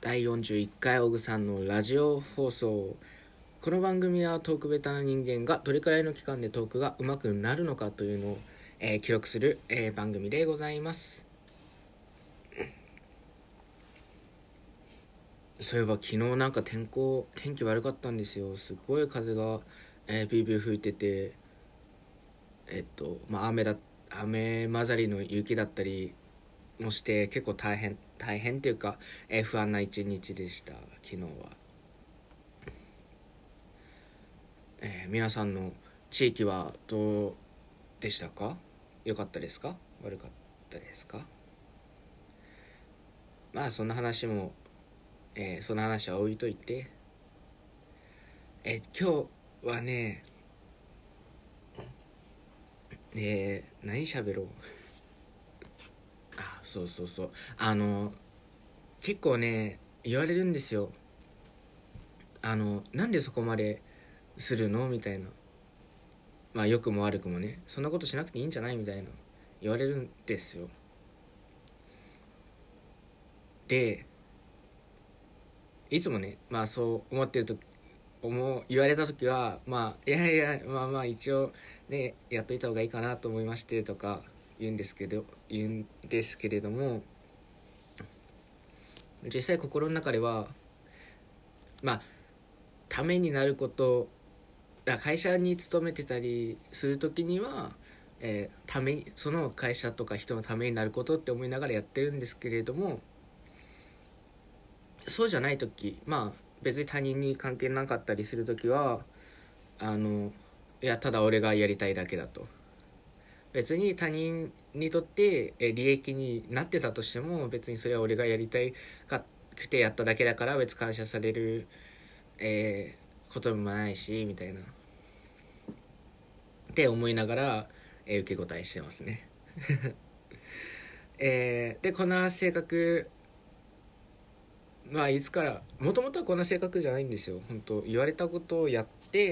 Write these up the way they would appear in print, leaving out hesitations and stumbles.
第41回オグさんのラジオ放送。この番組はトークベタな人間がどれくらいの期間でトークが上手くなるのかというのを、記録する、番組でございます。そういえば昨日なんか天気悪かったんですよ。すごい風が、ビュービュー吹いてて、雨混ざりの雪だったりもして結構大変っていうか、不安な一日でした昨日は。皆さんの地域はどうでしたか？良かったですか？悪かったですか？まあそんな話は置いといて、今日はね、何喋ろう。そう結構ね言われるんですよ。なんでそこまでするのみたいな。まあ良くも悪くもね、そんなことしなくていいんじゃないみたいな言われるんですよ。でいつもね、まあそう思ってると言われた時は、まあいやいや、まあ一応ねやっといた方がいいかなと思いましてとか言うんですけれども、実際心の中ではまあためになること、会社に勤めてたりする時には、その会社とか人のためになることって思いながらやってるんですけれども、そうじゃない時、まあ別に他人に関係なかったりする時は、いやただ俺がやりたいだけだと。別に他人にとって利益になってたとしても、別にそれは俺がやりたいかくてやっただけだから、別に感謝される、こともないしみたいなって思いながら、受け答えしてますね。でこんな性格、まあいつからもともとはこんな性格じゃないんですよ。本当言われたことをやって、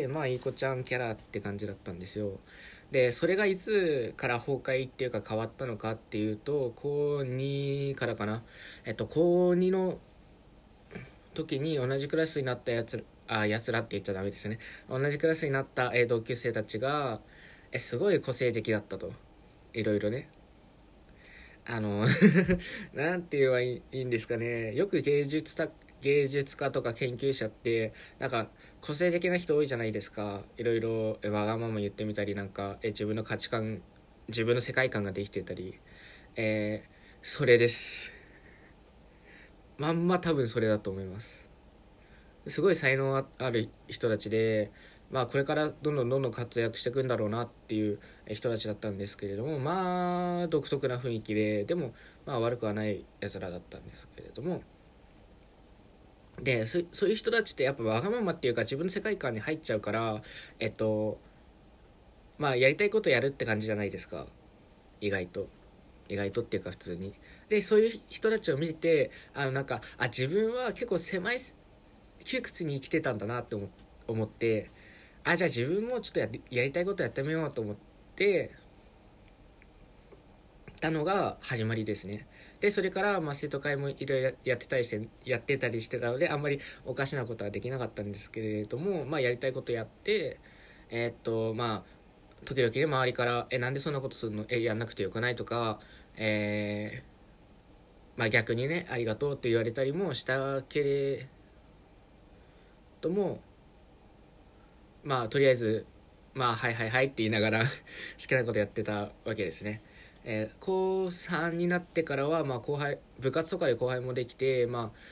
まあいい子ちゃんキャラって感じだったんですよ。でそれがいつから崩壊っていうか変わったのかっていうと、高2からかな。高2の時に同じクラスになったやつらって言っちゃダメですね。同じクラスになった、同級生たちがすごい個性的だったと。いろいろね、なんて言えばいいんですかね。よく芸術家とか研究者ってなんか個性的な人多いじゃないですか。いろいろわがまま言ってみたり、なんか自分の価値観、自分の世界観ができてたり、それです。まんま多分それだと思います。すごい才能ある人たちで、まあこれからどんどん活躍していくんだろうなっていう人たちだったんですけれども、まあ独特な雰囲気で、でもまあ悪くはないやつらだったんですけれども、でそういう人たちってやっぱわがままっていうか自分の世界観に入っちゃうから、まあやりたいことやるって感じじゃないですか。意外とっていうか普通に。でそういう人たちを見て、なんか自分は結構狭い窮屈に生きてたんだなって思って、じゃあ自分もちょっとやりたいことやってみようと思ってたのが始まりですね。でそれから生徒会もいろいろやってたりしてたので、あんまりおかしなことはできなかったんですけれども、やりたいことやって、まあ時々ね周りからなんでそんなことするの、やんなくてよくないとか、逆にねありがとうって言われたりもしたけれども、とりあえずはいはいはいって言いながら好きなことやってたわけですね。高3になってからは、部活とかで後輩もできて、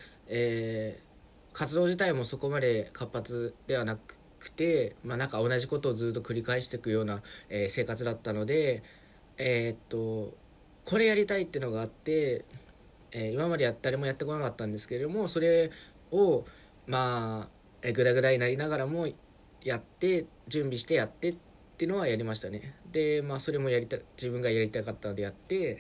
活動自体もそこまで活発ではなくて、なんか同じことをずっと繰り返していくような、生活だったので、これやりたいっていうのがあって、今まで誰もやってこなかったんですけれども、それをグダグダになりながらもやって準備してやってっていうのはやりましたね。でそれも自分がやりたかったのでやって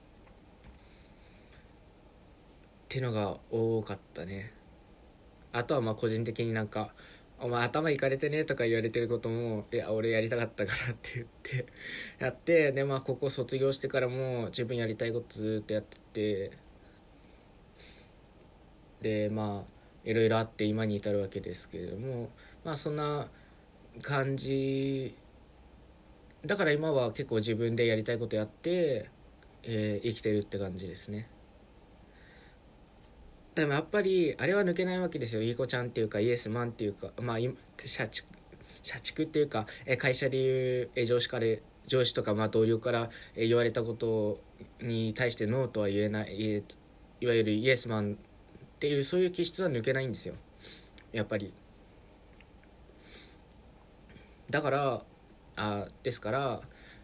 っていうのが多かったね。あとは個人的になんかお前頭いかれてねとか言われてることも、いや俺やりたかったからって言ってやって、でここ卒業してからも自分やりたいことずっとやってて、 でいろいろあって今に至るわけですけれども、そんな感じだから今は結構自分でやりたいことやって、生きてるって感じですね。でもやっぱりあれは抜けないわけですよ。いい子ちゃんっていうかイエスマンっていうか、社畜っていうか、会社でいう上司とか同僚から、言われたことに対してノーとは言えない、いわゆるイエスマンっていうそういう気質は抜けないんですよ、やっぱり。だからですから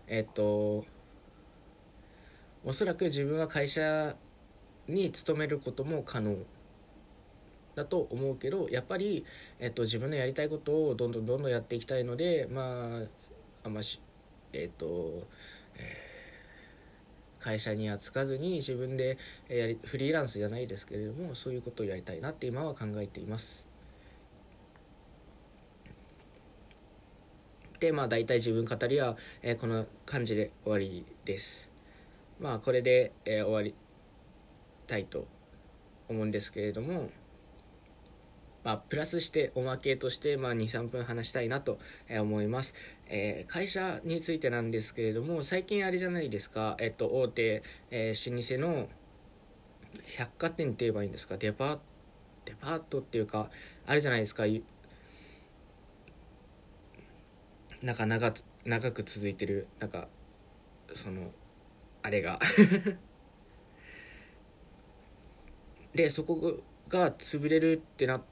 おそらく自分は会社に勤めることも可能だと思うけど、やっぱり、自分のやりたいことをどんどんどんどんやっていきたいので、あんまし会社にはつかずに自分でフリーランスじゃないですけれども、そういうことをやりたいなって今は考えています。で大体自分語りは、この感じで終わりです。これで、終わりたいと思うんですけれども、プラスしておまけとして、2、3分話したいなと思います。会社についてなんですけれども、最近あれじゃないですか、大手、老舗の百貨店って言えばいいんですか、デパートっていうかあれじゃないですか、なんか長く続いてるそのあれがでそこが潰れるってなって、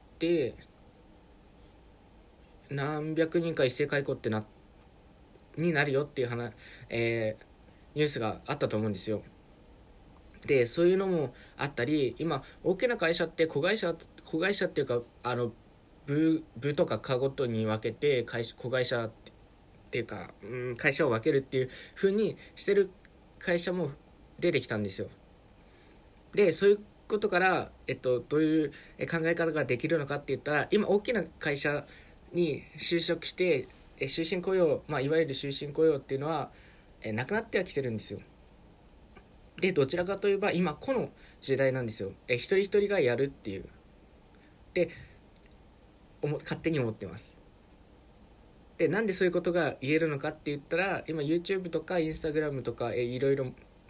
何百人か一斉解雇になるよっていうニュースがあったと思うんですよ。でそういうのもあったり、今大きな会社って子会社っていうか部とか課ごとに分けて子会社っていうか、会社を分けるっていう風にしてる会社も出てきたんですよ。でそういうことから、どういう考え方ができるのかって言ったら、今大きな会社に就職して終身雇用、いわゆる終身雇用っていうのはなくなってはきてるんですよ。でどちらかといえば今この時代なんですよ。一人一人がやるっていうで勝手に思ってます。でなんでそういうことが言えるのかって言ったら、今 YouTube とか Instagram とかいろいろ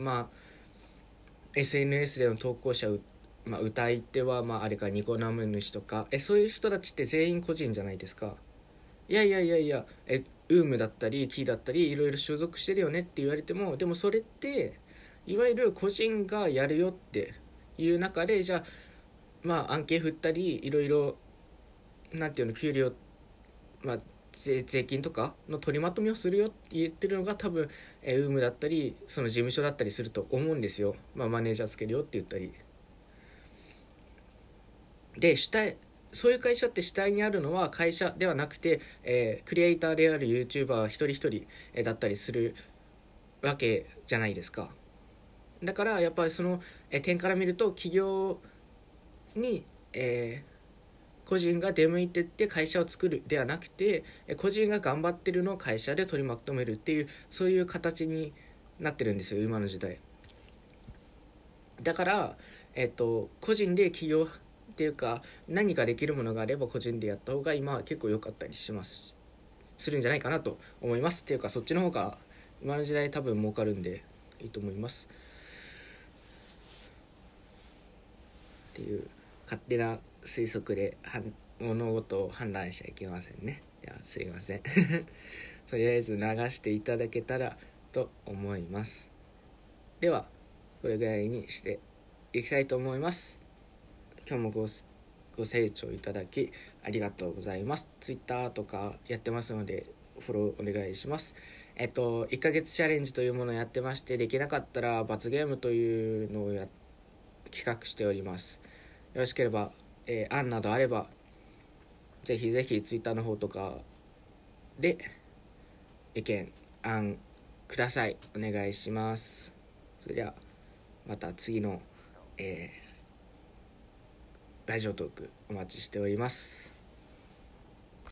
SNS での投稿者、歌い手はあれかニコ生主とかそういう人たちって全員個人じゃないですか。いやいやいやいやウームだったりキーだったりいろいろ所属してるよねって言われても、でもそれっていわゆる個人がやるよっていう中で、じゃあ案件振ったりいろいろなんていうの給料、税金とかの取りまとめをするよって言ってるのが多分ウームだったりその事務所だったりすると思うんですよ。マネージャーつけるよって言ったりで、そういう会社って主体にあるのは会社ではなくて、クリエイターである YouTuber 一人一人だったりするわけじゃないですか。だからやっぱりその点から見ると、企業に、個人が出向いてって会社を作るではなくて、個人が頑張ってるのを会社で取りまとめるっていう、そういう形になってるんですよ今の時代。だから、個人で起業っていうか何かできるものがあれば個人でやった方が今は結構良かったりするんじゃないかなと思います。っていうかそっちの方が今の時代多分儲かるんでいいと思いますっていう勝手な推測で物事を判断しちゃいけませんね。いやすいませんとりあえず流していただけたらと思います。ではこれぐらいにしていきたいと思います。今日もご清聴いただきありがとうございます。Twitter とかやってますのでフォローお願いします。1ヶ月チャレンジというものをやってまして、できなかったら罰ゲームというのを企画しております。よろしければ、案などあればぜひぜひ Twitter の方とかで意見案ください。お願いします。それではまた次の、ラジオトークお待ちしております。